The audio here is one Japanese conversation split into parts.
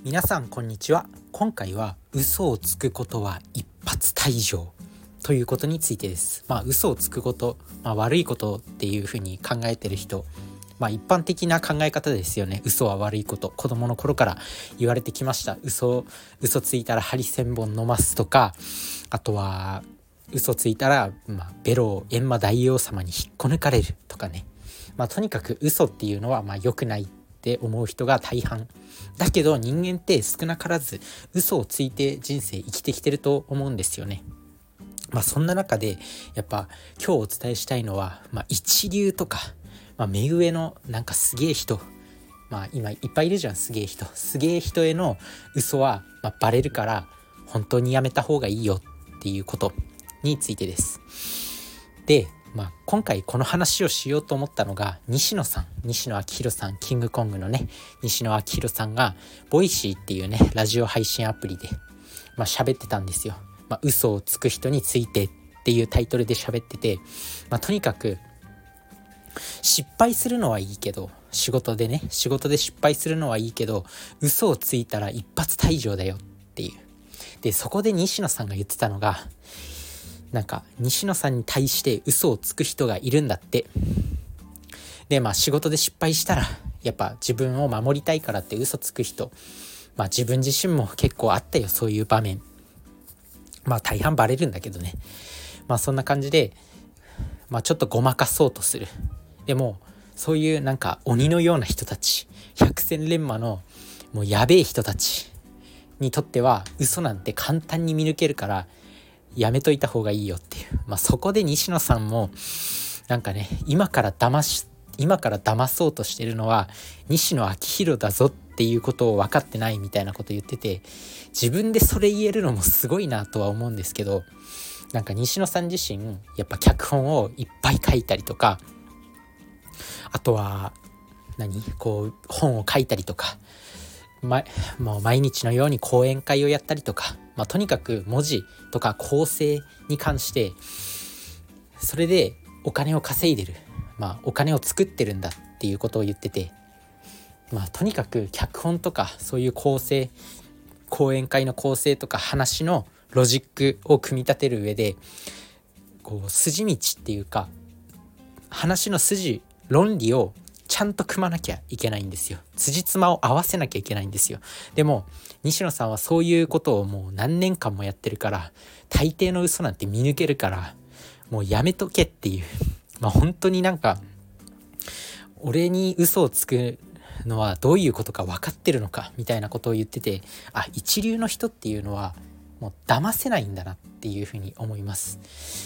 皆さんこんにちは。今回は嘘をつくことは一発退場ということについてです。嘘をつくこと、悪いことっていうふうに考えてる人、一般的な考え方ですよね。嘘は悪いこと、子供の頃から言われてきました。嘘ついたら針千本飲ますとか、あとは嘘ついたら、ベロを閻魔大王様に引っこ抜かれるとかね。とにかく嘘っていうのは良くないって思う人が大半だけど、人間って少なからず嘘をついて人生生きてきてると思うんですよね。そんな中でやっぱ今日お伝えしたいのは、一流とか、目上のなんかすげえ人、今いっぱいいるじゃん、すげえ人への嘘は、バレるから本当にやめた方がいいよっていうことについてです。で今回この話をしようと思ったのが西野昭弘さん、キングコングのね西野昭弘さんがボイシーっていうねラジオ配信アプリで喋ってたんですよ。嘘をつく人についてっていうタイトルで喋ってて、とにかく失敗するのはいいけど、仕事で失敗するのはいいけど、嘘をついたら一発退場だよっていう。でそこで西野さんが言ってたのが、西野さんに対して嘘をつく人がいるんだって。で仕事で失敗したらやっぱ自分を守りたいからって嘘つく人、自分自身も結構あったよ、そういう場面。大半バレるんだけどね。そんな感じでちょっとごまかそうとする。でもそういう鬼のような人たち、百戦錬磨のもうやべえ人たちにとっては嘘なんて簡単に見抜けるからやめといた方がいいよっていう。そこで西野さんも今から騙そうとしてるのは西野昭弘だぞっていうことを分かってないみたいなこと言ってて、自分でそれ言えるのもすごいなとは思うんですけど、西野さん自身やっぱ脚本をいっぱい書いたりとか、あとは本を書いたりとか、もう毎日のように講演会をやったりとか、とにかく文字とか構成に関してそれでお金を稼いでる、お金を作ってるんだっていうことを言ってて、とにかく脚本とかそういう構成、講演会の構成とか話のロジックを組み立てる上で筋道っていうか、話の筋、論理をちゃんと組まなきゃいけないんですよ。辻褄を合わせなきゃいけないんですよ。でも西野さんはそういうことをもう何年間もやってるから、大抵の嘘なんて見抜けるからもうやめとけっていう。本当に俺に嘘をつくのはどういうことか分かってるのかみたいなことを言ってて、一流の人っていうのはもう騙せないんだなっていうふうに思います。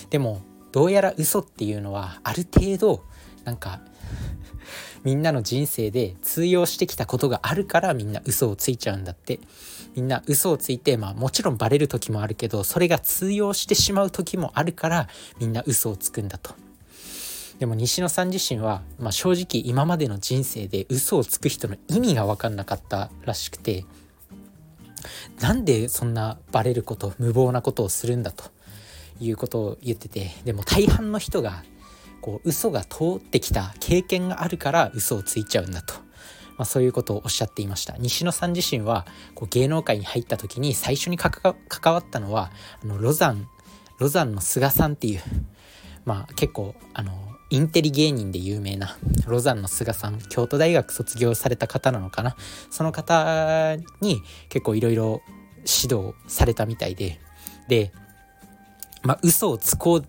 でもどうやら嘘っていうのはある程度みんなの人生で通用してきたことがあるから、みんな嘘をついちゃうんだって。みんな嘘をついて、もちろんバレる時もあるけど、それが通用してしまう時もあるからみんな嘘をつくんだと。でも西野さん自身は、正直今までの人生で嘘をつく人の意味が分かんなかったらしくて、なんでそんなバレること、無謀なことをするんだということを言ってて、でも大半の人が嘘が通ってきた経験があるから嘘をついちゃうんだと、そういうことをおっしゃっていました。西野さん自身は芸能界に入った時に最初に関わったのはロザンの菅さんっていう、結構インテリ芸人で有名なロザンの菅さん、京都大学卒業された方なのかな。その方に結構いろいろ指導されたみたいで、嘘をつこ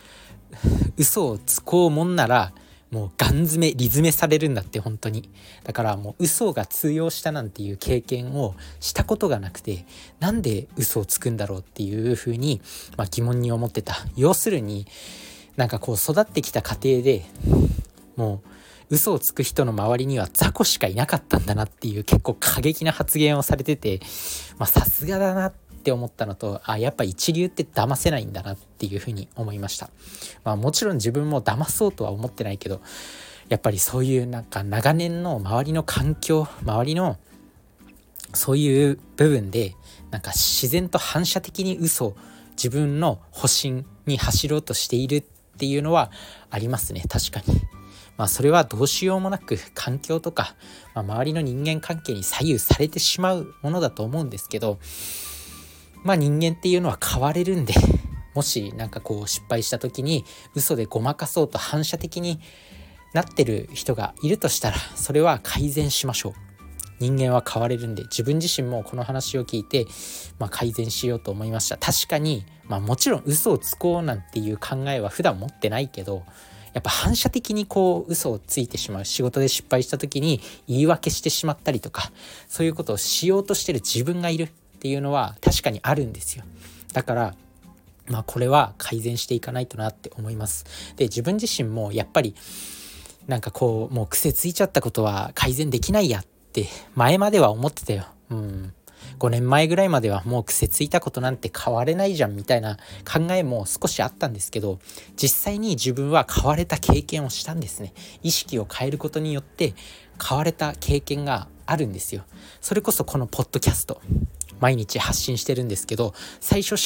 うもんならもうガン詰め理詰めされるんだって。本当にだからもう嘘が通用したなんていう経験をしたことがなくて、なんで嘘をつくんだろうっていうふうに、疑問に思ってた。要するに育ってきた過程でもう嘘をつく人の周りには雑魚しかいなかったんだなっていう結構過激な発言をされてて、さすがだなって思ったのと、やっぱ一流って騙せないんだなっていうふうに思いました。もちろん自分も騙そうとは思ってないけど、やっぱりそういう長年の周りの環境、周りのそういう部分で自然と反射的に自分の保身に走ろうとしているっていうのはありますね。確かにそれはどうしようもなく環境とか、周りの人間関係に左右されてしまうものだと思うんですけど、人間っていうのは変われるんで、もし失敗した時に嘘でごまかそうと反射的になってる人がいるとしたら、それは改善しましょう。人間は変われるんで、自分自身もこの話を聞いて、改善しようと思いました。確かに、もちろん嘘をつこうなんていう考えは普段持ってないけど、やっぱ反射的に嘘をついてしまう。仕事で失敗した時に言い訳してしまったりとか、そういうことをしようとしてる自分がいるっていうのは確かにあるんですよ。だからこれは改善していかないとなって思います。で、自分自身もやっぱりもう癖ついちゃったことは改善できないやって前までは思ってたよ。5年前ぐらいまではもう癖ついたことなんて変われないじゃんみたいな考えも少しあったんですけど、実際に自分は変われた経験をしたんですね。意識を変えることによって変われた経験があるんですよ。それこそこのポッドキャスト毎日発信してるんですけど、最初に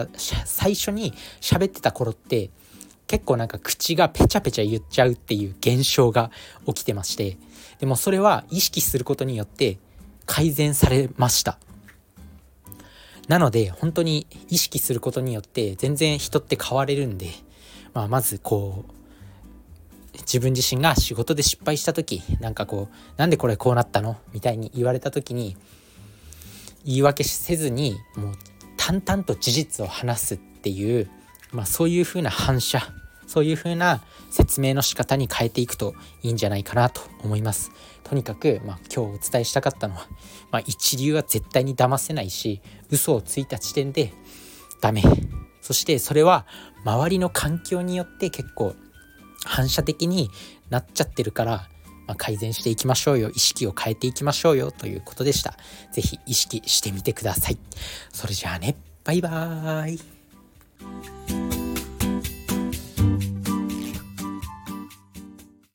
喋ってた頃って結構口がペチャペチャ言っちゃうっていう現象が起きてまして、でもそれは意識することによって改善されました。なので本当に意識することによって全然人って変われるんで、まず自分自身が仕事で失敗した時、なんでこれこうなったのみたいに言われた時に言い訳せずにもう淡々と事実を話すっていう、そういう風な反射、そういう風な説明の仕方に変えていくといいんじゃないかなと思います。とにかく、今日お伝えしたかったのは、一流は絶対に騙せないし、嘘をついた時点でダメ。そしてそれは周りの環境によって結構反射的になっちゃってるから、改善していきましょうよ。意識を変えていきましょうよということでした。ぜひ意識してみてください。それじゃあね、バイバーイ。